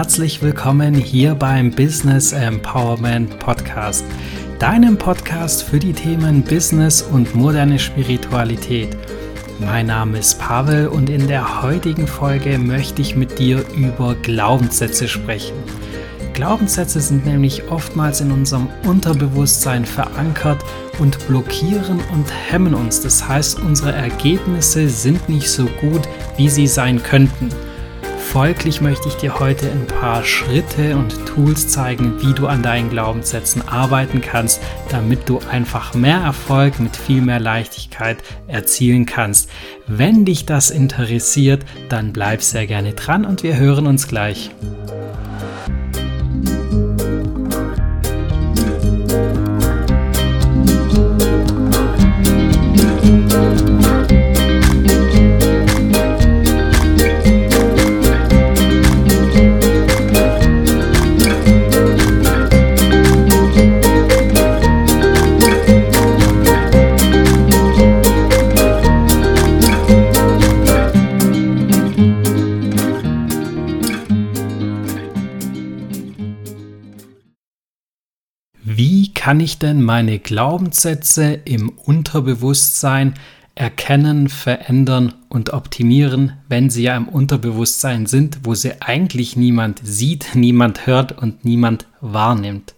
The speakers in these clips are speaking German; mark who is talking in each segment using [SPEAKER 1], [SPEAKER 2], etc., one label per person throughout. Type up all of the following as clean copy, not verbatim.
[SPEAKER 1] herzlich willkommen hier beim Business Empowerment Podcast, deinem Podcast für die Themen Business und moderne Spiritualität. Mein Name ist Pavel und in der heutigen Folge möchte ich mit dir über Glaubenssätze sprechen. Glaubenssätze sind nämlich oftmals in unserem Unterbewusstsein verankert und blockieren und hemmen uns. Das heißt, unsere Ergebnisse sind nicht so gut, wie sie sein könnten. Folglich möchte ich dir heute ein paar Schritte und Tools zeigen, wie du an deinen Glaubenssätzen arbeiten kannst, damit du einfach mehr Erfolg mit viel mehr Leichtigkeit erzielen kannst. Wenn dich das interessiert, dann bleib sehr gerne dran und wir hören uns gleich. Wie kann ich denn meine Glaubenssätze im Unterbewusstsein erkennen, verändern und optimieren, wenn sie ja im Unterbewusstsein sind, wo sie eigentlich niemand sieht, niemand hört und niemand wahrnimmt?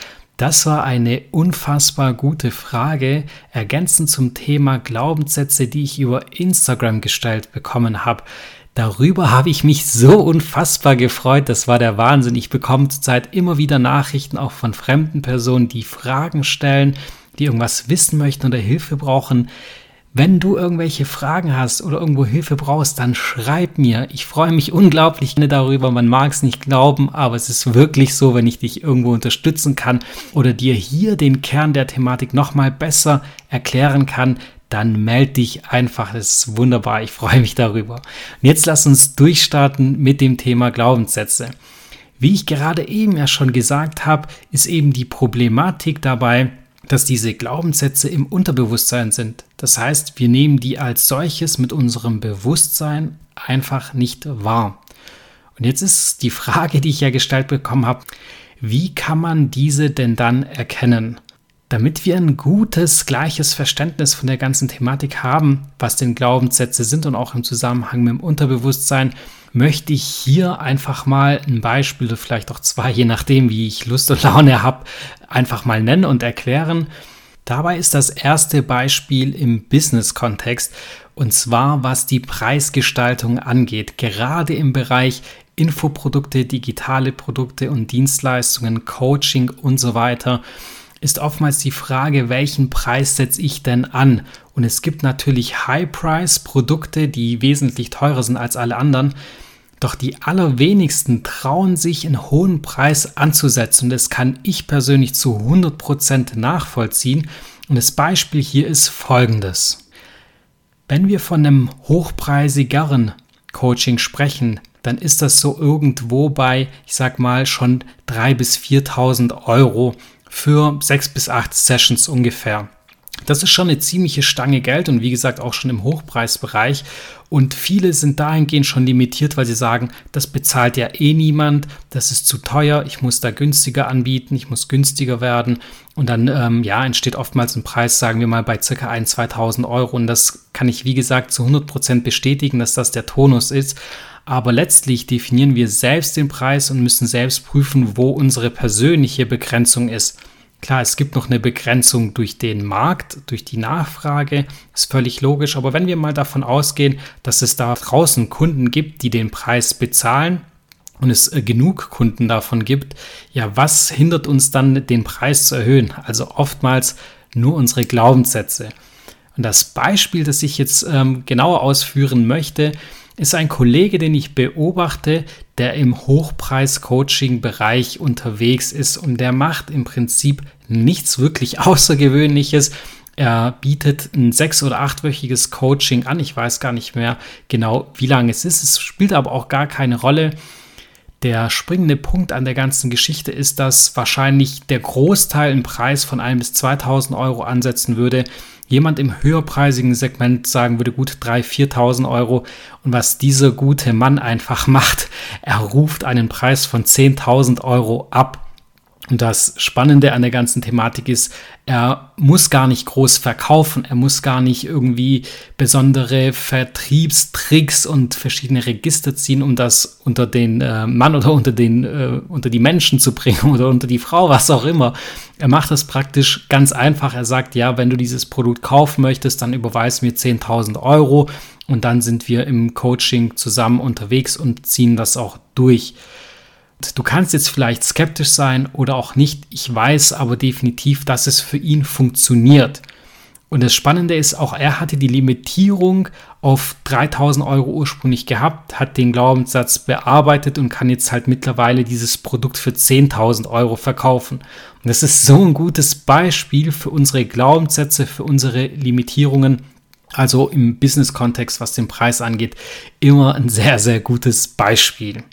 [SPEAKER 1] Das war eine unfassbar gute Frage, ergänzend zum Thema Glaubenssätze, die ich über Instagram gestellt bekommen habe. Darüber habe ich mich so unfassbar gefreut, das war der Wahnsinn. Ich bekomme zurzeit immer wieder Nachrichten auch von fremden Personen, die Fragen stellen, die irgendwas wissen möchten oder Hilfe brauchen. Wenn du irgendwelche Fragen hast oder irgendwo Hilfe brauchst, dann schreib mir. Ich freue mich unglaublich darüber, man mag es nicht glauben, aber es ist wirklich so, wenn ich dich irgendwo unterstützen kann oder dir hier den Kern der Thematik nochmal besser erklären kann, dann melde dich einfach, das ist wunderbar, ich freue mich darüber. Und jetzt lass uns durchstarten mit dem Thema Glaubenssätze. Wie ich gerade eben ja schon gesagt habe, ist eben die Problematik dabei, dass diese Glaubenssätze im Unterbewusstsein sind. Das heißt, wir nehmen die als solches mit unserem Bewusstsein einfach nicht wahr. Und jetzt ist die Frage, die ich ja gestellt bekommen habe, wie kann man diese denn dann erkennen? Damit wir ein gutes, gleiches Verständnis von der ganzen Thematik haben, was denn Glaubenssätze sind und auch im Zusammenhang mit dem Unterbewusstsein, möchte ich hier einfach mal ein Beispiel oder vielleicht auch zwei, je nachdem, wie ich Lust und Laune habe, einfach mal nennen und erklären. Dabei ist das erste Beispiel im Business-Kontext und zwar, was die Preisgestaltung angeht, gerade im Bereich Infoprodukte, digitale Produkte und Dienstleistungen, Coaching und so weiter. Ist oftmals die Frage, welchen Preis setze ich denn an? Und es gibt natürlich High-Price-Produkte, die wesentlich teurer sind als alle anderen. Doch die allerwenigsten trauen sich, einen hohen Preis anzusetzen. Und das kann ich persönlich zu 100% nachvollziehen. Und das Beispiel hier ist folgendes. Wenn wir von einem hochpreisigeren Coaching sprechen, dann ist das so irgendwo bei, ich sag mal, schon 3.000 bis 4.000 Euro für 6 bis 8 Sessions ungefähr. Das ist schon eine ziemliche Stange Geld und wie gesagt auch schon im Hochpreisbereich. Und viele sind dahingehend schon limitiert, weil sie sagen, das bezahlt ja eh niemand, das ist zu teuer, ich muss da günstiger anbieten, ich muss günstiger werden. Und dann entsteht oftmals ein Preis, sagen wir mal, bei ca. 1.000, 2.000 Euro. Und das kann ich, wie gesagt, zu 100% bestätigen, dass das der Tonus ist. Aber letztlich definieren wir selbst den Preis und müssen selbst prüfen, wo unsere persönliche Begrenzung ist. Klar, es gibt noch eine Begrenzung durch den Markt, durch die Nachfrage, ist völlig logisch. Aber wenn wir mal davon ausgehen, dass es da draußen Kunden gibt, die den Preis bezahlen und es genug Kunden davon gibt, ja, was hindert uns dann, den Preis zu erhöhen? Also oftmals nur unsere Glaubenssätze. Und das Beispiel, das ich jetzt genauer ausführen möchte, ist ein Kollege, den ich beobachte, der im Hochpreis-Coaching-Bereich unterwegs ist und der macht im Prinzip nichts wirklich Außergewöhnliches. Er bietet ein 6- oder 8-wöchiges Coaching an. Ich weiß gar nicht mehr genau, wie lange es ist. Es spielt aber auch gar keine Rolle. Der springende Punkt an der ganzen Geschichte ist, dass wahrscheinlich der Großteil im Preis von 1.000 bis 2.000 Euro ansetzen würde. Jemand im höherpreisigen Segment sagen würde, gut 3.000, 4.000 Euro. Und was dieser gute Mann einfach macht, er ruft einen Preis von 10.000 Euro ab. Und das Spannende an der ganzen Thematik ist, er muss gar nicht groß verkaufen, er muss gar nicht irgendwie besondere Vertriebstricks und verschiedene Register ziehen, um das unter den Mann oder unter die Menschen zu bringen oder unter die Frau, was auch immer. Er macht das praktisch ganz einfach. Er sagt, ja, wenn du dieses Produkt kaufen möchtest, dann überweis mir 10.000 Euro und dann sind wir im Coaching zusammen unterwegs und ziehen das auch durch. Du kannst jetzt vielleicht skeptisch sein oder auch nicht. Ich weiß aber definitiv, dass es für ihn funktioniert. Und das Spannende ist, auch er hatte die Limitierung auf 3.000 Euro ursprünglich gehabt, hat den Glaubenssatz bearbeitet und kann jetzt halt mittlerweile dieses Produkt für 10.000 Euro verkaufen. Und das ist so ein gutes Beispiel für unsere Glaubenssätze, für unsere Limitierungen. Also im Business-Kontext, was den Preis angeht, immer ein sehr, sehr gutes Beispiel.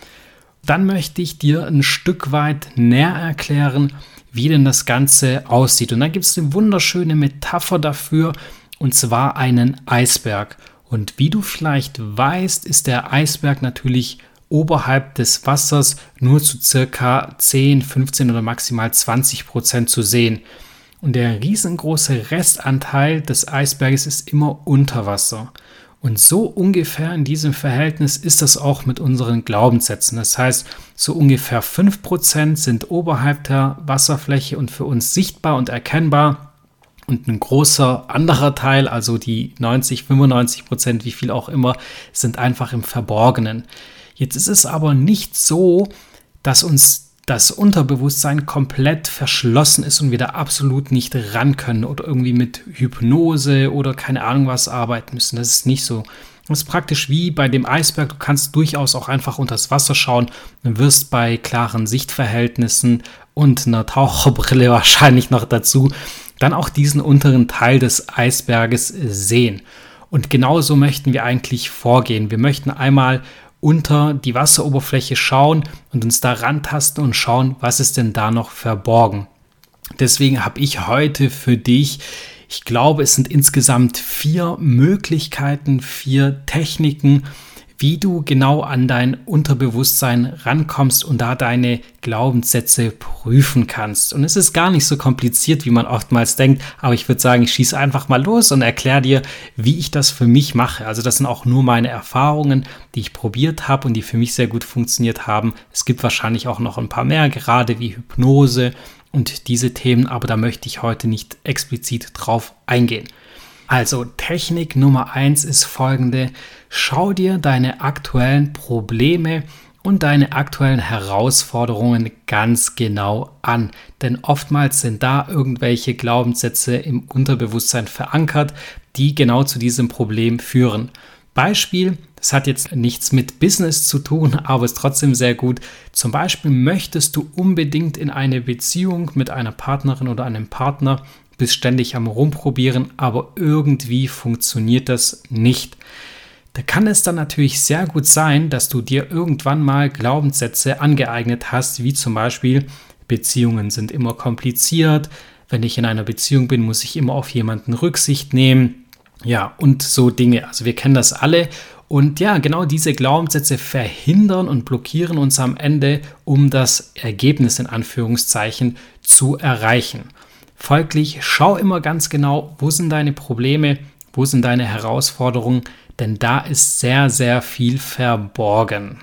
[SPEAKER 1] Dann möchte ich dir ein Stück weit näher erklären, wie denn das Ganze aussieht. Und da gibt es eine wunderschöne Metapher dafür, und zwar einen Eisberg. Und wie du vielleicht weißt, ist der Eisberg natürlich oberhalb des Wassers nur zu circa 10, 15 oder maximal 20% zu sehen. Und der riesengroße Restanteil des Eisberges ist immer unter Wasser. Und so ungefähr in diesem Verhältnis ist das auch mit unseren Glaubenssätzen. Das heißt, so ungefähr 5% sind oberhalb der Wasserfläche und für uns sichtbar und erkennbar. Und ein großer anderer Teil, also die 90, 95%, wie viel auch immer, sind einfach im Verborgenen. Jetzt ist es aber nicht so, dass uns das Unterbewusstsein komplett verschlossen ist und wir da absolut nicht ran können oder irgendwie mit Hypnose oder keine Ahnung was arbeiten müssen. Das ist nicht so. Das ist praktisch wie bei dem Eisberg. Du kannst durchaus auch einfach unter das Wasser schauen und wirst bei klaren Sichtverhältnissen und einer Taucherbrille wahrscheinlich noch dazu dann auch diesen unteren Teil des Eisberges sehen. Und genauso möchten wir eigentlich vorgehen. Wir möchten einmal unter die Wasseroberfläche schauen und uns da rantasten und schauen, was ist denn da noch verborgen. Deswegen habe ich heute für dich, ich glaube, es sind insgesamt 4 Möglichkeiten, 4 Techniken, wie du genau an dein Unterbewusstsein rankommst und da deine Glaubenssätze prüfen kannst. Und es ist gar nicht so kompliziert, wie man oftmals denkt, aber ich würde sagen, ich schieße einfach mal los und erkläre dir, wie ich das für mich mache. Also das sind auch nur meine Erfahrungen, die ich probiert habe und die für mich sehr gut funktioniert haben. Es gibt wahrscheinlich auch noch ein paar mehr, gerade wie Hypnose und diese Themen, aber da möchte ich heute nicht explizit drauf eingehen. Also Technik Nummer 1 ist folgende: Schau dir deine aktuellen Probleme und deine aktuellen Herausforderungen ganz genau an. Denn oftmals sind da irgendwelche Glaubenssätze im Unterbewusstsein verankert, die genau zu diesem Problem führen. Beispiel, das hat jetzt nichts mit Business zu tun, aber ist trotzdem sehr gut. Zum Beispiel möchtest du unbedingt in eine Beziehung mit einer Partnerin oder einem Partner, bist ständig am Rumprobieren, aber irgendwie funktioniert das nicht. Da kann es dann natürlich sehr gut sein, dass du dir irgendwann mal Glaubenssätze angeeignet hast, wie zum Beispiel: Beziehungen sind immer kompliziert, wenn ich in einer Beziehung bin, muss ich immer auf jemanden Rücksicht nehmen. Ja, und so Dinge. Also wir kennen das alle. Und ja, genau diese Glaubenssätze verhindern und blockieren uns am Ende, um das Ergebnis in Anführungszeichen zu erreichen. Folglich, schau immer ganz genau, wo sind deine Probleme, wo sind deine Herausforderungen, denn da ist sehr, sehr viel verborgen.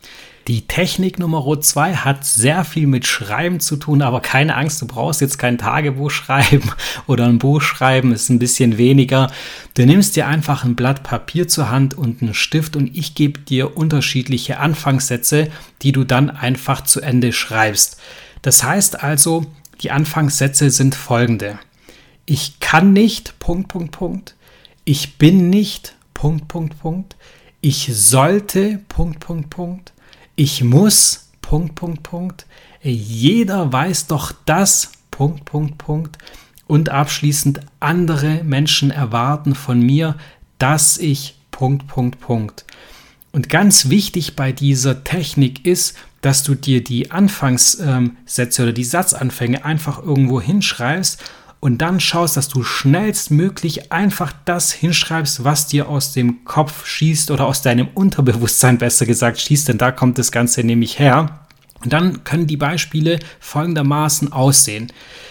[SPEAKER 1] Die Technik Nummer 2 hat sehr viel mit Schreiben zu tun, aber keine Angst, du brauchst jetzt kein Tagebuch schreiben oder ein Buch schreiben, ist ein bisschen weniger. Du nimmst dir einfach ein Blatt Papier zur Hand und einen Stift und ich gebe dir unterschiedliche Anfangssätze, die du dann einfach zu Ende schreibst. Das heißt also, die Anfangssätze sind folgende: Ich kann nicht, ... Ich bin nicht, ... Ich sollte, ... Ich muss, ... Jeder weiß doch das, ... Und abschließend: andere Menschen erwarten von mir, dass ich, ... Und ganz wichtig bei dieser Technik ist, dass du dir die Anfangssätze oder die Satzanfänge einfach irgendwo hinschreibst und dann schaust, dass du schnellstmöglich einfach das hinschreibst, was dir aus dem Kopf schießt oder aus deinem Unterbewusstsein besser gesagt schießt, denn da kommt das Ganze nämlich her. Und dann können die Beispiele folgendermaßen aussehen.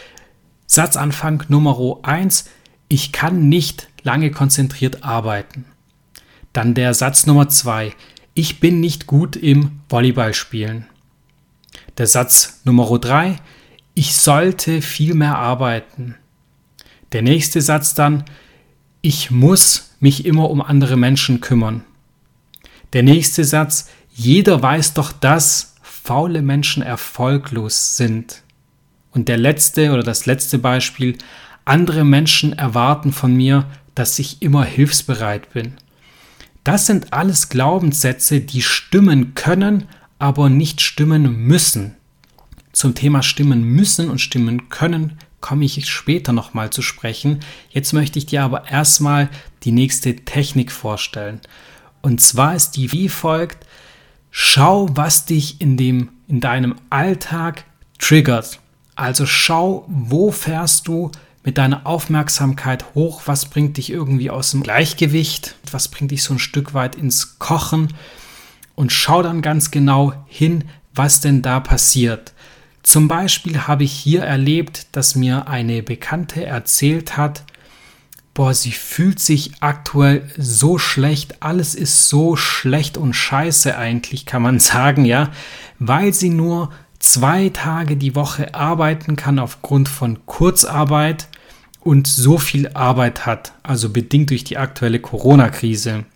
[SPEAKER 1] Satzanfang Nummer 1, ich kann nicht lange konzentriert arbeiten. Dann der Satz Nummer 2, ich bin nicht gut im Volleyballspielen. Der Satz Nummer 3, ich sollte viel mehr arbeiten. Der nächste Satz dann, ich muss mich immer um andere Menschen kümmern. Der nächste Satz, jeder weiß doch, dass faule Menschen erfolglos sind. Und das letzte Beispiel, andere Menschen erwarten von mir, dass ich immer hilfsbereit bin. Das sind alles Glaubenssätze, die stimmen können, aber nicht stimmen müssen. Zum Thema stimmen müssen und stimmen können komme ich später nochmal zu sprechen. Jetzt möchte ich dir aber erstmal die nächste Technik vorstellen. Und zwar ist die wie folgt: Schau, was dich in deinem Alltag triggert. Also schau, wo fährst du mit deiner Aufmerksamkeit hoch, was bringt dich irgendwie aus dem Gleichgewicht, was bringt dich so ein Stück weit ins Kochen, und schau dann ganz genau hin, was denn da passiert. Zum Beispiel habe ich hier erlebt, dass mir eine Bekannte erzählt hat, sie fühlt sich aktuell so schlecht, alles ist so schlecht und scheiße eigentlich, kann man sagen, ja, weil sie nur 2 Tage die Woche arbeiten kann aufgrund von Kurzarbeit und so viel Arbeit hat, also bedingt durch die aktuelle Corona-Krise.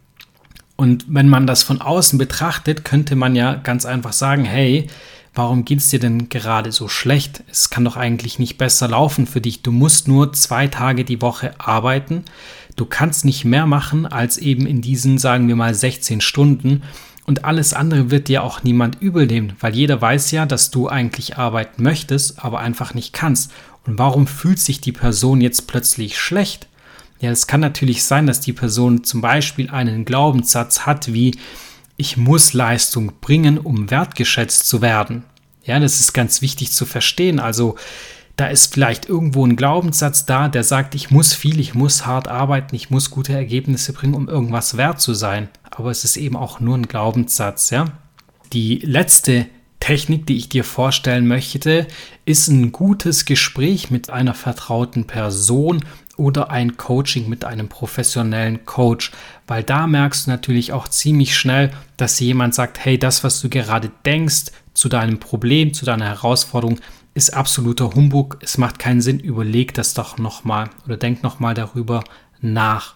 [SPEAKER 1] Und wenn man das von außen betrachtet, könnte man ja ganz einfach sagen, hey, warum geht es dir denn gerade so schlecht? Es kann doch eigentlich nicht besser laufen für dich. Du musst nur 2 Tage die Woche arbeiten. Du kannst nicht mehr machen als eben in diesen, sagen wir mal, 16 Stunden. Und alles andere wird dir auch niemand übel nehmen, weil jeder weiß ja, dass du eigentlich arbeiten möchtest, aber einfach nicht kannst. Und warum fühlt sich die Person jetzt plötzlich schlecht? Ja, es kann natürlich sein, dass die Person zum Beispiel einen Glaubenssatz hat wie, ich muss Leistung bringen, um wertgeschätzt zu werden. Ja, das ist ganz wichtig zu verstehen. Also da ist vielleicht irgendwo ein Glaubenssatz da, der sagt, ich muss viel, ich muss hart arbeiten, ich muss gute Ergebnisse bringen, um irgendwas wert zu sein. Aber es ist eben auch nur ein Glaubenssatz, ja. Die letzte Technik, die ich dir vorstellen möchte, ist ein gutes Gespräch mit einer vertrauten Person oder ein Coaching mit einem professionellen Coach, weil da merkst du natürlich auch ziemlich schnell, dass jemand sagt, hey, das, was du gerade denkst zu deinem Problem, zu deiner Herausforderung, ist absoluter Humbug, es macht keinen Sinn, überleg das doch nochmal oder denk nochmal darüber nach.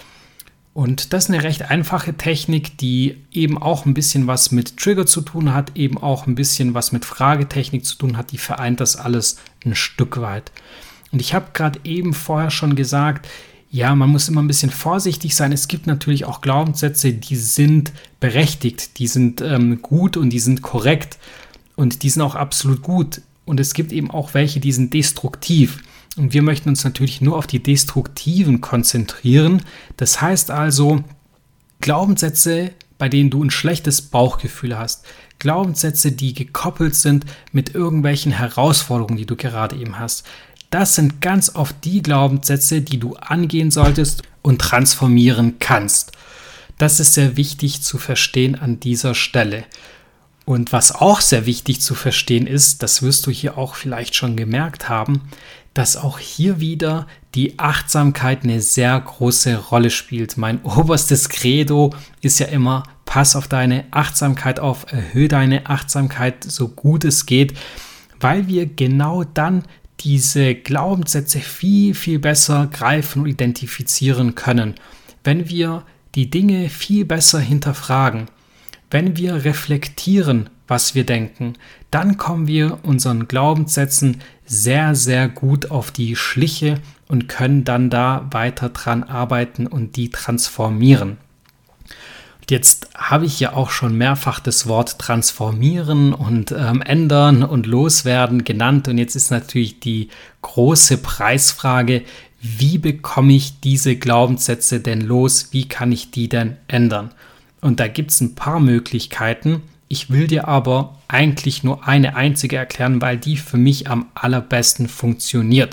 [SPEAKER 1] Und das ist eine recht einfache Technik, die eben auch ein bisschen was mit Trigger zu tun hat, eben auch ein bisschen was mit Fragetechnik zu tun hat, die vereint das alles ein Stück weit. Und ich habe gerade eben vorher schon gesagt, ja, man muss immer ein bisschen vorsichtig sein. Es gibt natürlich auch Glaubenssätze, die sind berechtigt, die sind gut und die sind korrekt und die sind auch absolut gut. Und es gibt eben auch welche, die sind destruktiv. Und wir möchten uns natürlich nur auf die destruktiven konzentrieren. Das heißt also, Glaubenssätze, bei denen du ein schlechtes Bauchgefühl hast. Glaubenssätze, die gekoppelt sind mit irgendwelchen Herausforderungen, die du gerade eben hast. Das sind ganz oft die Glaubenssätze, die du angehen solltest und transformieren kannst. Das ist sehr wichtig zu verstehen an dieser Stelle. Und was auch sehr wichtig zu verstehen ist, das wirst du hier auch vielleicht schon gemerkt haben, dass auch hier wieder die Achtsamkeit eine sehr große Rolle spielt. Mein oberstes Credo ist ja immer, pass auf deine Achtsamkeit auf, erhöhe deine Achtsamkeit so gut es geht, weil wir genau dann diese Glaubenssätze viel, viel besser greifen und identifizieren können. Wenn wir die Dinge viel besser hinterfragen, wenn wir reflektieren, was wir denken, dann kommen wir unseren Glaubenssätzen sehr, sehr gut auf die Schliche und können dann da weiter dran arbeiten und die transformieren. Und jetzt habe ich ja auch schon mehrfach das Wort transformieren und ändern und loswerden genannt. Und jetzt ist natürlich die große Preisfrage, wie bekomme ich diese Glaubenssätze denn los? Wie kann ich die denn ändern? Und da gibt es ein paar Möglichkeiten. Ich will dir aber eigentlich nur eine einzige erklären, weil die für mich am allerbesten funktioniert.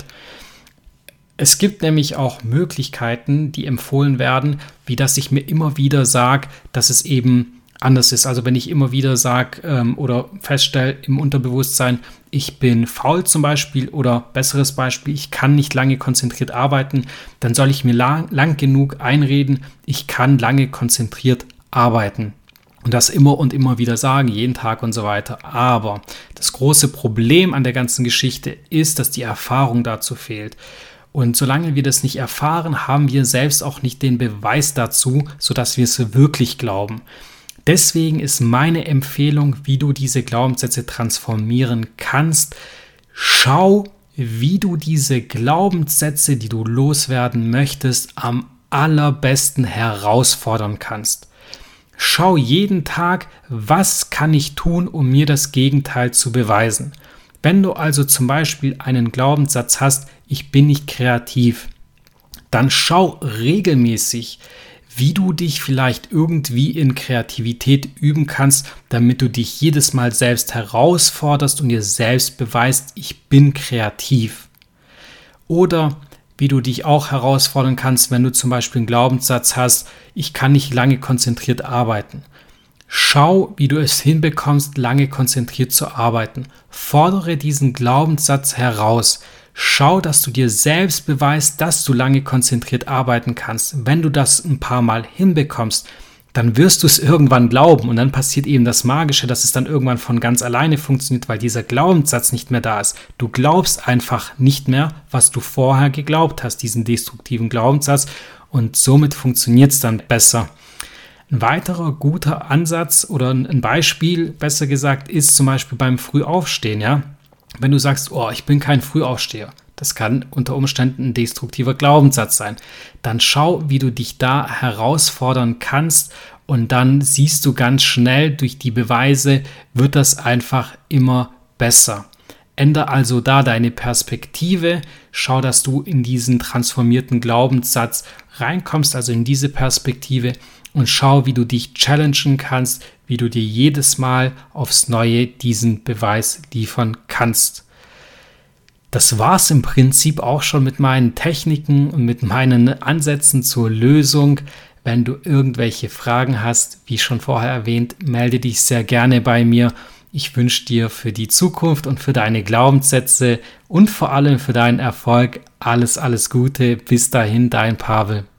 [SPEAKER 1] Es gibt nämlich auch Möglichkeiten, die empfohlen werden, wie dass ich mir immer wieder sage, dass es eben anders ist. Also wenn ich immer wieder sage oder feststelle im Unterbewusstsein, ich bin faul zum Beispiel oder besseres Beispiel, ich kann nicht lange konzentriert arbeiten, dann soll ich mir lang genug einreden, ich kann lange konzentriert arbeiten. Und das immer und immer wieder sagen, jeden Tag und so weiter. Aber das große Problem an der ganzen Geschichte ist, dass die Erfahrung dazu fehlt. Und solange wir das nicht erfahren, haben wir selbst auch nicht den Beweis dazu, sodass wir es wirklich glauben. Deswegen ist meine Empfehlung, wie du diese Glaubenssätze transformieren kannst. Schau, wie du diese Glaubenssätze, die du loswerden möchtest, am allerbesten herausfordern kannst. Schau jeden Tag, was kann ich tun, um mir das Gegenteil zu beweisen. Wenn du also zum Beispiel einen Glaubenssatz hast, ich bin nicht kreativ, dann schau regelmäßig, wie du dich vielleicht irgendwie in Kreativität üben kannst, damit du dich jedes Mal selbst herausforderst und dir selbst beweist, ich bin kreativ. Oder wie du dich auch herausfordern kannst, wenn du zum Beispiel einen Glaubenssatz hast, ich kann nicht lange konzentriert arbeiten. Schau, wie du es hinbekommst, lange konzentriert zu arbeiten. Fordere diesen Glaubenssatz heraus. Schau, dass du dir selbst beweist, dass du lange konzentriert arbeiten kannst. Wenn du das ein paar Mal hinbekommst, dann wirst du es irgendwann glauben und dann passiert eben das Magische, dass es dann irgendwann von ganz alleine funktioniert, weil dieser Glaubenssatz nicht mehr da ist. Du glaubst einfach nicht mehr, was du vorher geglaubt hast, diesen destruktiven Glaubenssatz, und somit funktioniert es dann besser. Ein weiterer guter Ansatz oder ein Beispiel, besser gesagt, ist zum Beispiel beim Frühaufstehen. Ja? Wenn du sagst, oh, ich bin kein Frühaufsteher, das kann unter Umständen ein destruktiver Glaubenssatz sein, dann schau, wie du dich da herausfordern kannst, und dann siehst du ganz schnell, durch die Beweise wird das einfach immer besser. Ändere also da deine Perspektive, schau, dass du in diesen transformierten Glaubenssatz reinkommst, also in diese Perspektive, und schau, wie du dich challengen kannst, wie du dir jedes Mal aufs Neue diesen Beweis liefern kannst. Das war's im Prinzip auch schon mit meinen Techniken und mit meinen Ansätzen zur Lösung. Wenn du irgendwelche Fragen hast, wie schon vorher erwähnt, melde dich sehr gerne bei mir. Ich wünsche dir für die Zukunft und für deine Glaubenssätze und vor allem für deinen Erfolg alles Gute. Bis dahin, dein Pavel.